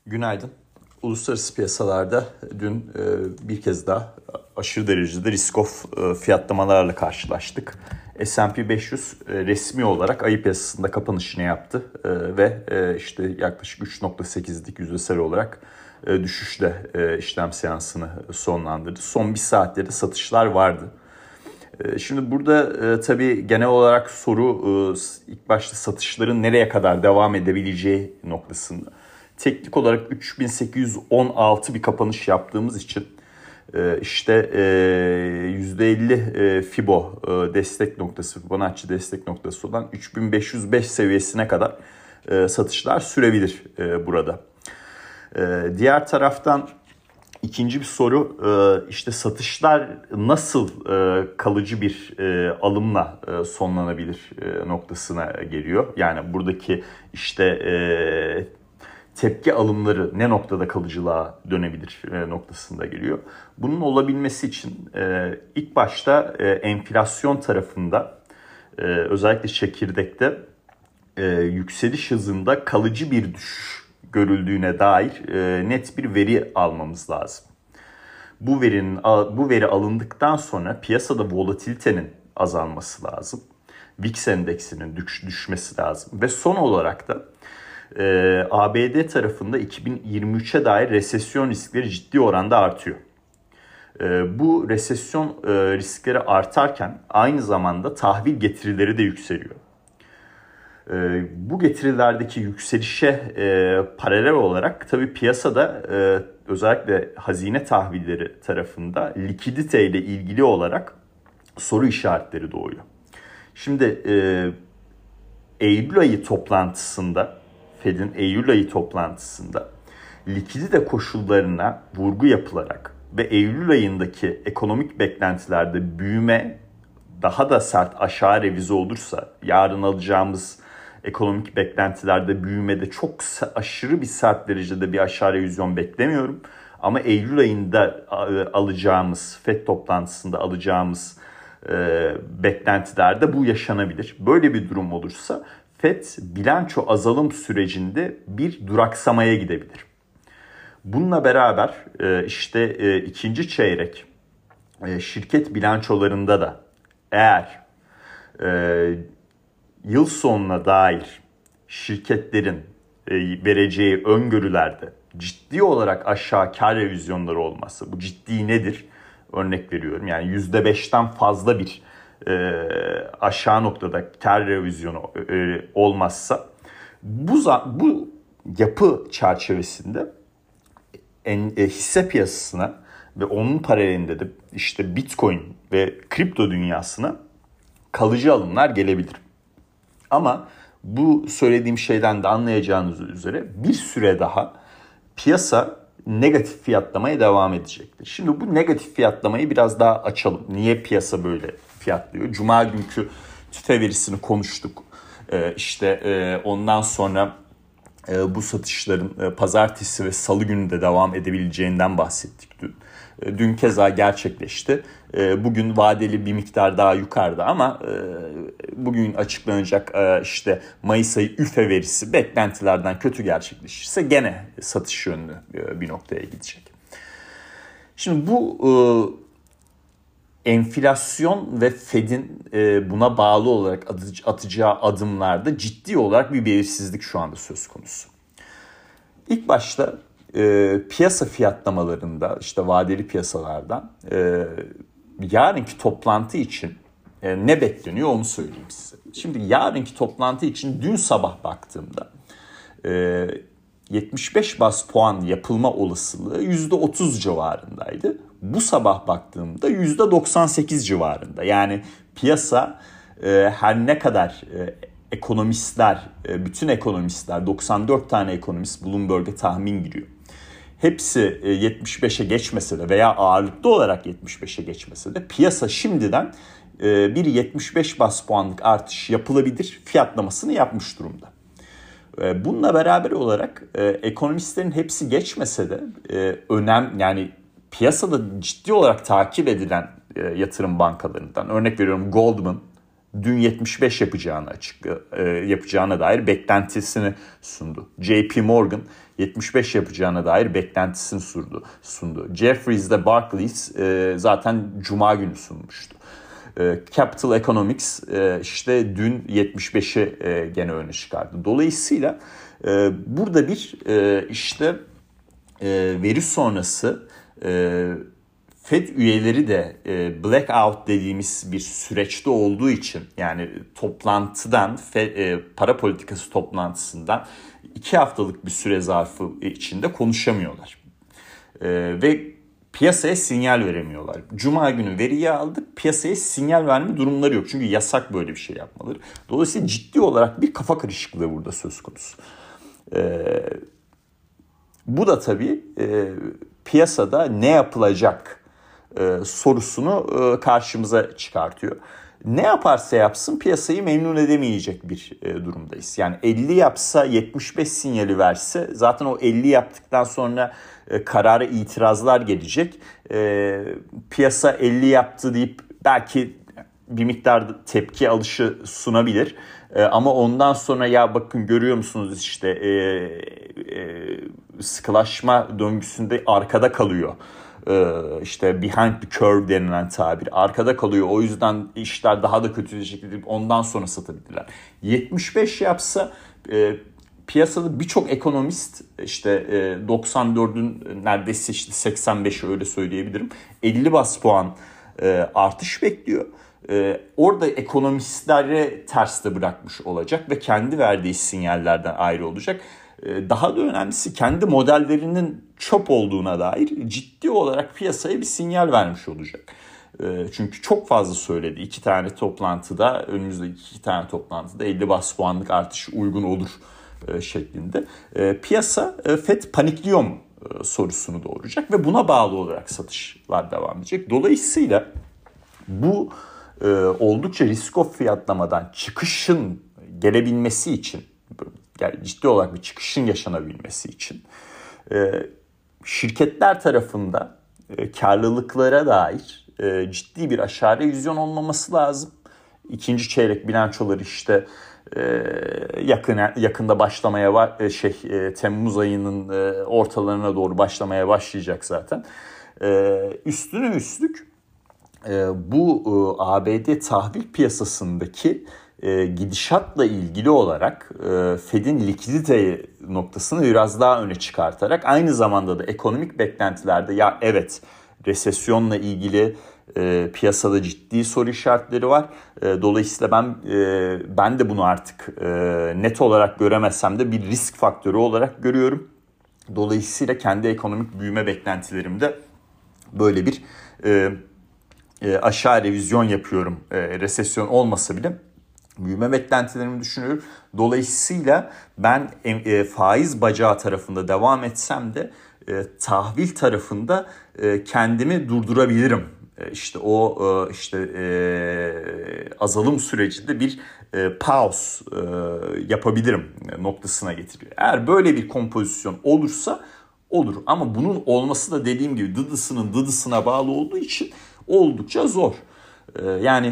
Günaydın. Uluslararası piyasalarda dün bir kez daha aşırı derecede risk-off fiyatlamalarla karşılaştık. S&P 500 resmi olarak ayı piyasasında kapanışını yaptı ve işte yaklaşık 3.8'lik yüzdesel olarak düşüşle işlem seansını sonlandırdı. Son bir saatte de satışlar vardı. Şimdi burada tabii genel olarak soru ilk başta satışların nereye kadar devam edebileceği noktasında. Teknik olarak 3816 bir kapanış yaptığımız için işte %50 Fibo destek noktası, Fibonacci destek noktası olan 3505 seviyesine kadar satışlar sürebilir burada. Diğer taraftan İkinci bir soru, işte satışlar nasıl kalıcı bir alımla sonlanabilir noktasına geliyor. Yani buradaki işte tepki alımları ne noktada kalıcılığa dönebilir noktasında geliyor. Bunun olabilmesi için ilk başta enflasyon tarafında özellikle çekirdekte yükseliş hızında kalıcı bir düşüş görüldüğüne dair net bir veri almamız lazım. Bu veri alındıktan sonra piyasada volatilitenin azalması lazım. VIX endeksinin düşmesi lazım ve son olarak da ABD tarafında 2023'e dair resesyon riskleri ciddi oranda artıyor. Bu resesyon riskleri artarken aynı zamanda tahvil getirileri de yükseliyor. Bu getirilerdeki yükselişe paralel olarak tabii piyasada özellikle hazine tahvilleri tarafında likidite ile ilgili olarak soru işaretleri doğuyor. Şimdi Eylül ayı toplantısında, Fed'in Eylül ayı toplantısında likidite koşullarına vurgu yapılarak ve Eylül ayındaki ekonomik beklentilerde büyüme daha da sert aşağı revize olursa, yarın alacağımız ekonomik beklentilerde büyümede çok aşırı bir sert derecede bir aşağı revizyon beklemiyorum. Ama Eylül ayında alacağımız, FED toplantısında alacağımız beklentilerde bu yaşanabilir. Böyle bir durum olursa FED bilanço azalım sürecinde bir duraksamaya gidebilir. Bununla beraber işte ikinci çeyrek şirket bilançolarında da eğer yıl sonuna dair şirketlerin vereceği öngörülerde ciddi olarak aşağı kar revizyonları olmazsa, bu ciddi nedir? Örnek veriyorum, yani %5'ten fazla bir aşağı noktada kar revizyonu olmazsa bu yapı çerçevesinde hisse piyasasına ve onun paralelinde de işte Bitcoin ve kripto dünyasına kalıcı alımlar gelebilir. Ama bu söylediğim şeyden de anlayacağınız üzere bir süre daha piyasa negatif fiyatlamaya devam edecektir. Şimdi bu negatif fiyatlamayı biraz daha açalım. Niye piyasa böyle fiyatlıyor? Cuma günkü tüfe verisini konuştuk. Ondan sonra bu satışların pazartesi ve salı günü de devam edebileceğinden bahsettik dün. Dün keza gerçekleşti. Bugün vadeli bir miktar daha yukarıda ama bugün açıklanacak işte Mayıs ayı üfe verisi beklentilerden kötü gerçekleşirse gene satış yönlü bir noktaya gidecek. Şimdi bu enflasyon ve Fed'in buna bağlı olarak atacağı adımlarda ciddi olarak bir belirsizlik şu anda söz konusu. İlk başta piyasa fiyatlamalarında, işte vadeli piyasalardan yarınki toplantı için ne bekleniyor onu söyleyeyim size. Şimdi yarınki toplantı için dün sabah baktığımda 75 baz puan yapılma olasılığı %30 civarındaydı. Bu sabah baktığımda %98 civarında. Yani piyasa her ne kadar ekonomistler, bütün ekonomistler, 94 tane ekonomist Bloomberg'e tahmin giriyor. Hepsi 75'e geçmese de veya ağırlıklı olarak 75'e geçmese de piyasa şimdiden bir 75 baz puanlık artış yapılabilir fiyatlamasını yapmış durumda. Bununla beraber olarak ekonomistlerin hepsi geçmese de yani piyasada ciddi olarak takip edilen yatırım bankalarından, örnek veriyorum Goldman dün 75 yapacağına dair beklentisini sundu. JP Morgan 75 yapacağına dair beklentisini sundu. Jefferies de Barclays zaten Cuma günü sunmuştu. Capital Economics işte dün 75'i gene öne çıkardı. Dolayısıyla burada bir işte veri sonrası Fed üyeleri de blackout dediğimiz bir süreçte olduğu için, yani toplantıdan, para politikası toplantısından 2 haftalık bir süre zarfı içinde konuşamıyorlar. Ve piyasaya sinyal veremiyorlar. Cuma günü veriyi aldık, piyasaya sinyal verme durumları yok. Çünkü yasak böyle bir şey yapmaları. Dolayısıyla ciddi olarak bir kafa karışıklığı burada söz konusu. Bu da tabii piyasada ne yapılacak sorusunu karşımıza çıkartıyor. Ne yaparsa yapsın piyasayı memnun edemeyecek bir durumdayız. Yani 50 yapsa 75 sinyali verse zaten o 50 yaptıktan sonra karara itirazlar gelecek. Piyasa 50 yaptı deyip belki bir miktar tepki alışı sunabilir. Ama ondan sonra ya bakın görüyor musunuz işte sıkılaşma döngüsünde arkada kalıyor. İşte behind the curve denilen tabir arkada kalıyor. O yüzden işler daha da kötüleşecek deyip ondan sonra satabilirler. 75 yapsa piyasada birçok ekonomist işte 94'ün neredeyse işte 85'i öyle söyleyebilirim. 50 bas puan artış bekliyor. Orada ekonomistlere ters de bırakmış olacak ve kendi verdiği sinyallerden ayrı olacak. Daha da önemlisi kendi modellerinin çöp olduğuna dair ciddi olarak piyasaya bir sinyal vermiş olacak. Çünkü çok fazla söyledi. Önümüzdeki iki tane toplantıda 50 bas puanlık artış uygun olur şeklinde. Piyasa Fed panikliyor mu sorusunu doğuracak ve buna bağlı olarak satışlar devam edecek. Dolayısıyla bu oldukça risk-off fiyatlamadan çıkışın gelebilmesi için, yani ciddi olarak bir çıkışın yaşanabilmesi için şirketler tarafında karlılıklara dair ciddi bir aşağı revizyon olmaması lazım. İkinci çeyrek bilançoları işte yakında başlamaya Temmuz ayının ortalarına doğru başlamaya başlayacak zaten. Üstüne üstlük bu ABD tahvil piyasasındaki gidişatla ilgili olarak Fed'in likidite noktasını biraz daha öne çıkartarak aynı zamanda da ekonomik beklentilerde ya evet resesyonla ilgili piyasada ciddi soru işaretleri var. Dolayısıyla ben de bunu artık net olarak göremesem de bir risk faktörü olarak görüyorum. Dolayısıyla kendi ekonomik büyüme beklentilerimde böyle bir aşağı revizyon yapıyorum. Resesyon olmasa bile büyüme beklentilerimi düşünüyorum. Dolayısıyla ben faiz bacağı tarafında devam etsem de tahvil tarafında kendimi durdurabilirim. Azalım sürecinde bir pause yapabilirim noktasına getiriyor. Eğer böyle bir kompozisyon olursa olur. Ama bunun olması da dediğim gibi dıdısına bağlı olduğu için oldukça zor. Yani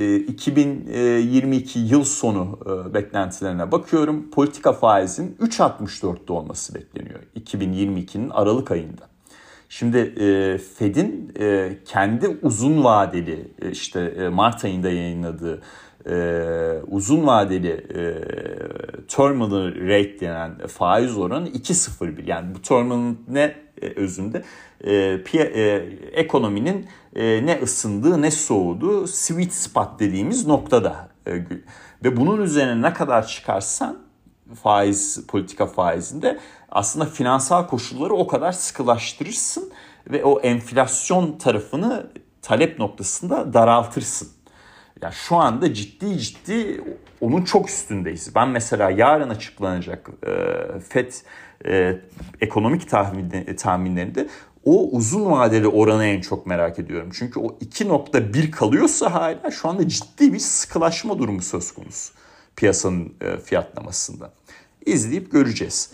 2022 yıl sonu beklentilerine bakıyorum. Politika faizin 3.64'te olması bekleniyor 2022'nin Aralık ayında. Şimdi Fed'in kendi uzun vadeli Mart ayında yayınladığı uzun vadeli terminal rate denen faiz oranı 2.01. Yani bu terminal ne özünde? Ekonominin ne ısındığı ne soğuduğu sweet spot dediğimiz noktada. Ve bunun üzerine ne kadar çıkarsan politika faizinde aslında finansal koşulları o kadar sıkılaştırırsın ve o enflasyon tarafını talep noktasında daraltırsın. Yani şu anda ciddi onun çok üstündeyiz. Ben mesela yarın açıklanacak FED ekonomik tahminlerinde o uzun vadeli oranı en çok merak ediyorum. Çünkü o 2.1 kalıyorsa hala şu anda ciddi bir sıkılaşma durumu söz konusu piyasanın fiyatlamasında. İzleyip göreceğiz.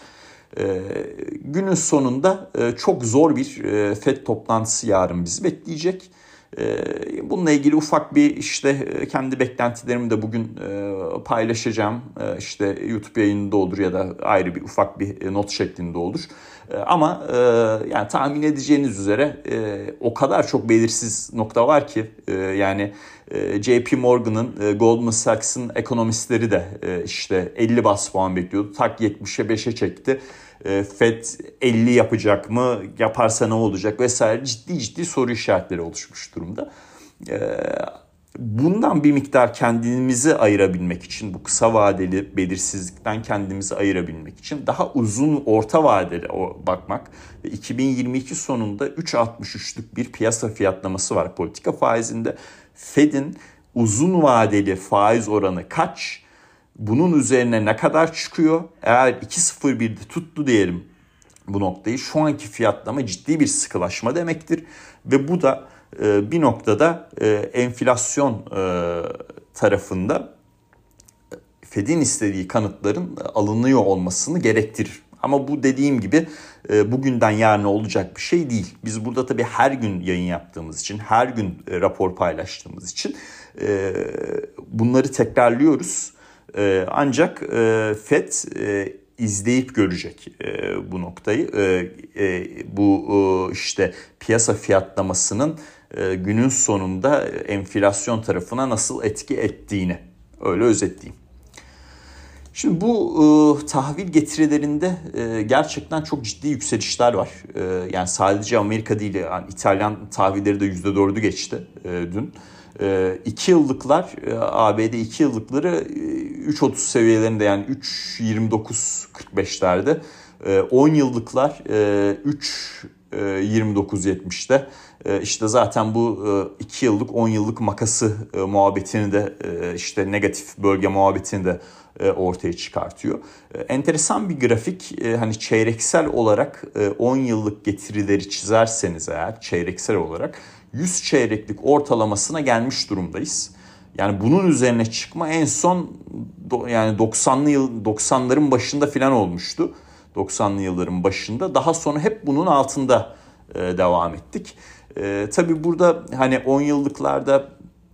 Günün sonunda çok zor bir FED toplantısı yarın bizi bekleyecek. Bununla ilgili ufak bir işte kendi beklentilerimi de bugün paylaşacağım. İşte YouTube yayınında olur ya da ayrı bir ufak bir not şeklinde olur. Ama yani tahmin edeceğiniz üzere o kadar çok belirsiz nokta var ki yani JP Morgan'ın, Goldman Sachs'ın ekonomistleri de işte 50 bas puan bekliyordu. Tak 70'e 5'e çekti. Fed 50 yapacak mı? Yaparsa ne olacak vesaire, ciddi soru işaretleri oluşmuş durumda. Bundan bir miktar kendimizi ayırabilmek için, bu kısa vadeli belirsizlikten kendimizi ayırabilmek için daha uzun orta vadeli bakmak ve 2022 sonunda 3.63'lük bir piyasa fiyatlaması var politika faizinde. Fed'in uzun vadeli faiz oranı kaç? Bunun üzerine ne kadar çıkıyor? Eğer 2.01'de tuttu diyelim bu noktayı, şu anki fiyatlama ciddi bir sıkılaşma demektir. Ve bu da bir noktada enflasyon tarafında Fed'in istediği kanıtların alınıyor olmasını gerektirir. Ama bu dediğim gibi bugünden yarına olacak bir şey değil. Biz burada tabii her gün yayın yaptığımız için, her gün rapor paylaştığımız için bunları tekrarlıyoruz. Ancak Fed izleyip görecek bu noktayı. Bu işte piyasa fiyatlamasının günün sonunda enflasyon tarafına nasıl etki ettiğini, öyle özetleyeyim. Şimdi bu tahvil getirilerinde gerçekten çok ciddi yükselişler var. Yani sadece Amerika değil, yani İtalyan tahvilleri de %4'ü geçti dün. 2 yıllıklar, ABD 2 yıllıkları 3.30 seviyelerinde, yani 3.29-45'lerde. 10 yıllıklar 3.29-70'te. İşte zaten bu 2 yıllık 10 yıllık makası muhabbetini de işte negatif bölge muhabbetini de ortaya çıkartıyor. Enteresan bir grafik. Hani çeyreksel olarak 10 yıllık getirileri çizerseniz eğer, çeyreksel olarak 100 çeyreklik ortalamasına gelmiş durumdayız. Yani bunun üzerine çıkma en son yani 90'ların başında falan olmuştu. 90'lı yılların başında. Daha sonra hep bunun altında devam ettik. Tabii burada hani 10 yıllıklarda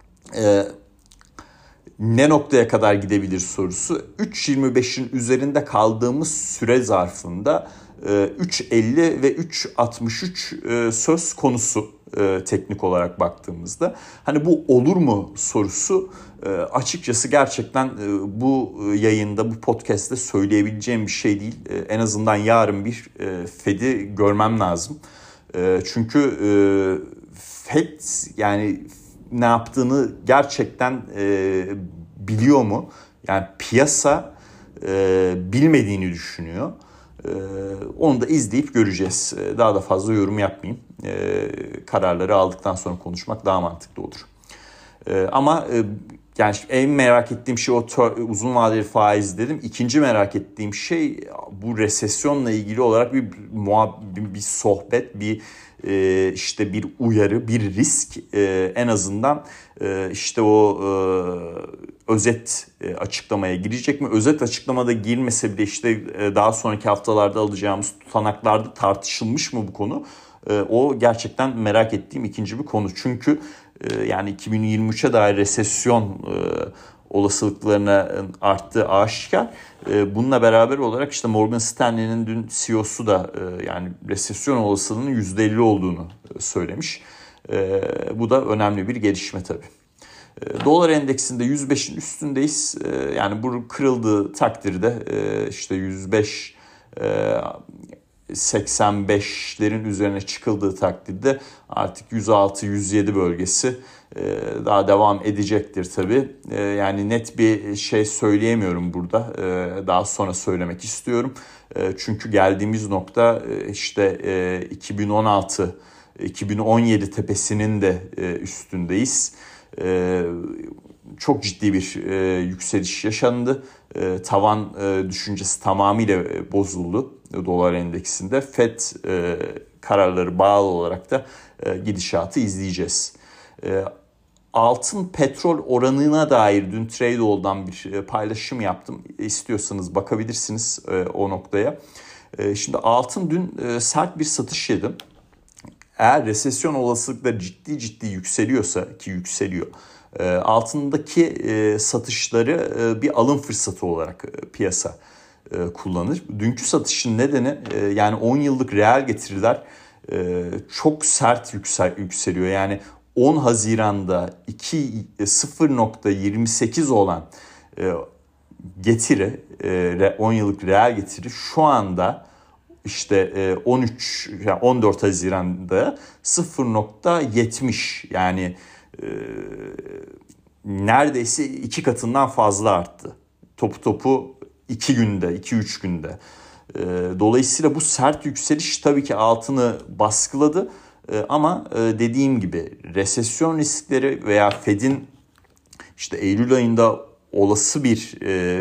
ne noktaya kadar gidebilir sorusu, 3.25'in üzerinde kaldığımız süre zarfında 3.50 ve 3.63 söz konusu teknik olarak baktığımızda. Hani bu olur mu sorusu açıkçası gerçekten bu yayında, bu podcast'te söyleyebileceğim bir şey değil. En azından yarın bir Fed'i görmem lazım. Çünkü Fed yani ne yaptığını gerçekten biliyor mu? Yani piyasa bilmediğini düşünüyor. Onu da izleyip göreceğiz. Daha da fazla yorum yapmayayım. Kararları aldıktan sonra konuşmak daha mantıklı olur. Ama yani en merak ettiğim şey o uzun vadeli faiz dedim. İkinci merak ettiğim şey bu resesyonla ilgili olarak bir sohbet, bir işte bir uyarı, bir risk, en azından işte o özet açıklamaya girecek mi? Özet açıklamada girmese bile işte daha sonraki haftalarda alacağımız tutanaklarda tartışılmış mı bu konu? O gerçekten merak ettiğim ikinci bir konu. Çünkü yani 2023'e dair resesyon olasılıklarına arttığı aşikar. Bununla beraber olarak işte Morgan Stanley'nin dün CEO'su da yani resesyon olasılığının %50 olduğunu söylemiş. Bu da önemli bir gelişme tabii. Dolar endeksinde 105'in üstündeyiz. Yani bu kırıldığı takdirde işte 105 85'lerin üzerine çıkıldığı takdirde artık 106-107 bölgesi daha devam edecektir tabii. Yani net bir şey söyleyemiyorum burada. Daha sonra söylemek istiyorum. Çünkü geldiğimiz nokta işte 2016-2017 tepesinin de üstündeyiz. Çok ciddi bir yükseliş yaşandı. Tavan düşüncesi tamamıyla bozuldu dolar endeksinde. Fed kararları bağlı olarak da gidişatı izleyeceğiz. Altın petrol oranına dair dün Tradeall'dan bir paylaşım yaptım. İstiyorsanız bakabilirsiniz o noktaya. Şimdi altın dün sert bir satış yedi. eğer resesyon olasılıkları ciddi yükseliyorsa, ki yükseliyor, altındaki satışları bir alım fırsatı olarak piyasa kullanır. Dünkü satışın nedeni yani 10 yıllık reel getiriler çok sert yükseliyor. Yani 10 Haziran'da 0.28 olan getiri, 10 yıllık reel getiri şu anda işte 14 Haziran'da 0.70, yani neredeyse 2 katından fazla arttı. Topu 2-3 günde. Dolayısıyla bu sert yükseliş tabii ki altını baskıladı. Ama dediğim gibi resesyon riskleri veya Fed'in işte Eylül ayında olası bir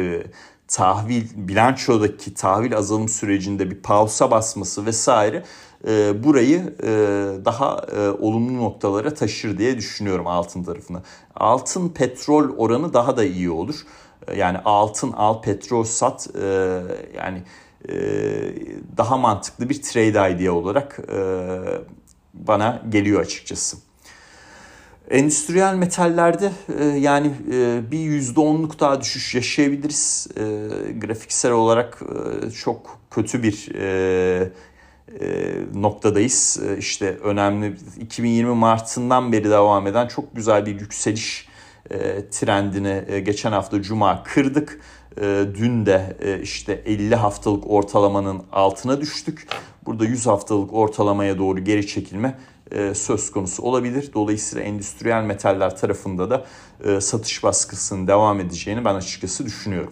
bilançodaki tahvil azalım sürecinde bir pausa basması vesaire burayı daha olumlu noktalara taşır diye düşünüyorum altın tarafına. Altın petrol oranı daha da iyi olur. Yani altın al, petrol sat, yani daha mantıklı bir trade idea olarak bana geliyor açıkçası. Endüstriyel metallerde yani bir %10'luk daha düşüş yaşayabiliriz. Grafiksel olarak çok kötü bir noktadayız. İşte önemli 2020 Mart'ından beri devam eden çok güzel bir yükseliş trendini geçen hafta Cuma kırdık. Dün de işte 50 haftalık ortalamanın altına düştük. Burada 100 haftalık ortalamaya doğru geri çekilme söz konusu olabilir. Dolayısıyla endüstriyel metaller tarafında da satış baskısının devam edeceğini ben açıkçası düşünüyorum.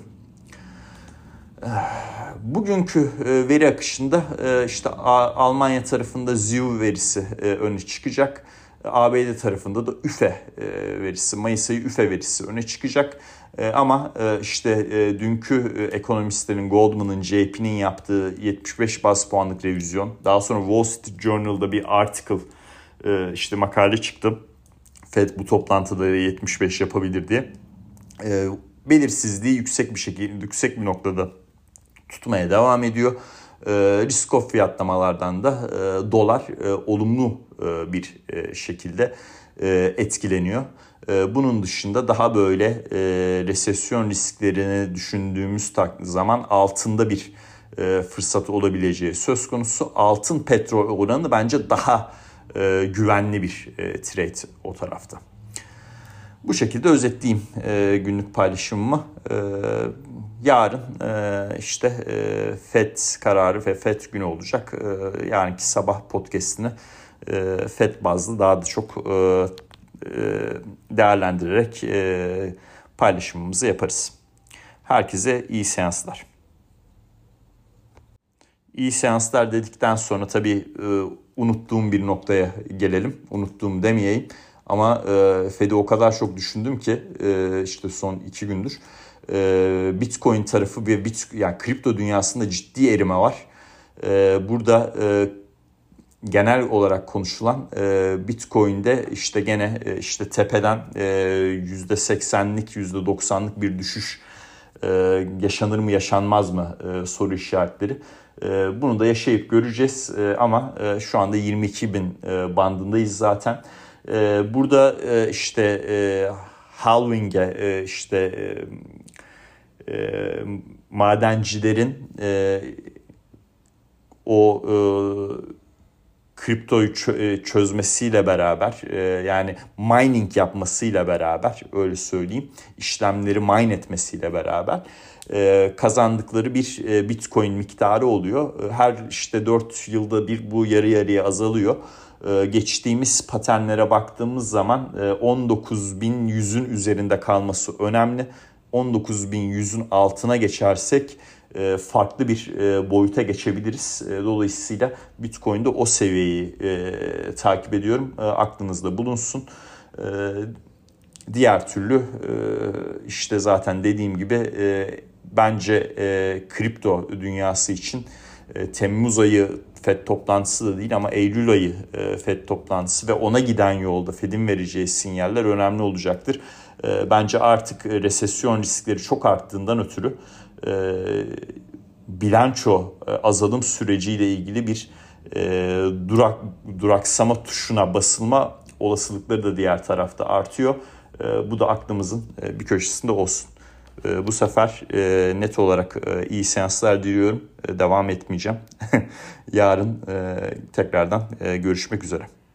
Bugünkü veri akışında işte Almanya tarafında ZÜ verisi öne çıkacak. ABD tarafında da üfe verisi, Mayıs ayı üfe verisi öne çıkacak. Ama işte dünkü ekonomistlerin, Goldman'ın, JP'nin yaptığı 75 baz puanlık revizyon, daha sonra Wall Street Journal'da bir article, işte makale çıktı. Fed bu toplantıda 75 yapabilir diye. Belirsizliği yüksek bir noktada tutmaya devam ediyor. Risk off fiyatlamalardan da dolar olumlu bir şekilde etkileniyor. Bunun dışında daha böyle resesyon risklerini düşündüğümüz zaman altında bir fırsat olabileceği söz konusu. Altın petrol oranı bence daha güvenli bir trade o tarafta. Bu şekilde özetleyeyim günlük paylaşımımı. Yarın işte FED kararı ve FED günü olacak. Yarınki sabah podcast'ini FED bazlı daha da çok değerlendirerek paylaşımımızı yaparız. Herkese iyi seanslar. İyi seanslar dedikten sonra tabii unuttuğum bir noktaya gelelim. Unuttuğum demeyeyim. Ama Fed'i o kadar çok düşündüm ki işte son 2 gündür. Bitcoin tarafı ve yani kripto dünyasında ciddi erime var. Burada genel olarak konuşulan Bitcoin'de işte gene işte tepeden %80'lik %90'lık bir düşüş yaşanır mı yaşanmaz mı soru işaretleri. Bunu da yaşayıp göreceğiz ama şu anda 22.000 bandındayız zaten. Burada işte halving'e işte madencilerin o kriptoyu çözmesiyle beraber yani mining yapmasıyla beraber öyle söyleyeyim, işlemleri mine etmesiyle beraber kazandıkları bir Bitcoin miktarı oluyor. Her işte 4 yılda bir bu yarı yarıya azalıyor. Geçtiğimiz paternlere baktığımız zaman 19.100'ün üzerinde kalması önemli. 19.100'ün altına geçersek farklı bir boyuta geçebiliriz. Dolayısıyla Bitcoin'de o seviyeyi takip ediyorum. Aklınızda bulunsun. Diğer türlü işte zaten dediğim gibi bence kripto dünyası için Temmuz ayı FED toplantısı da değil ama Eylül ayı FED toplantısı ve ona giden yolda Fed'in vereceği sinyaller önemli olacaktır. Bence artık resesyon riskleri çok arttığından ötürü bilanço azalım süreciyle ilgili bir duraksama tuşuna basılma olasılıkları da diğer tarafta artıyor. Bu da aklımızın bir köşesinde olsun. Bu sefer net olarak iyi seanslar diliyorum. Devam etmeyeceğim. Yarın tekrardan görüşmek üzere.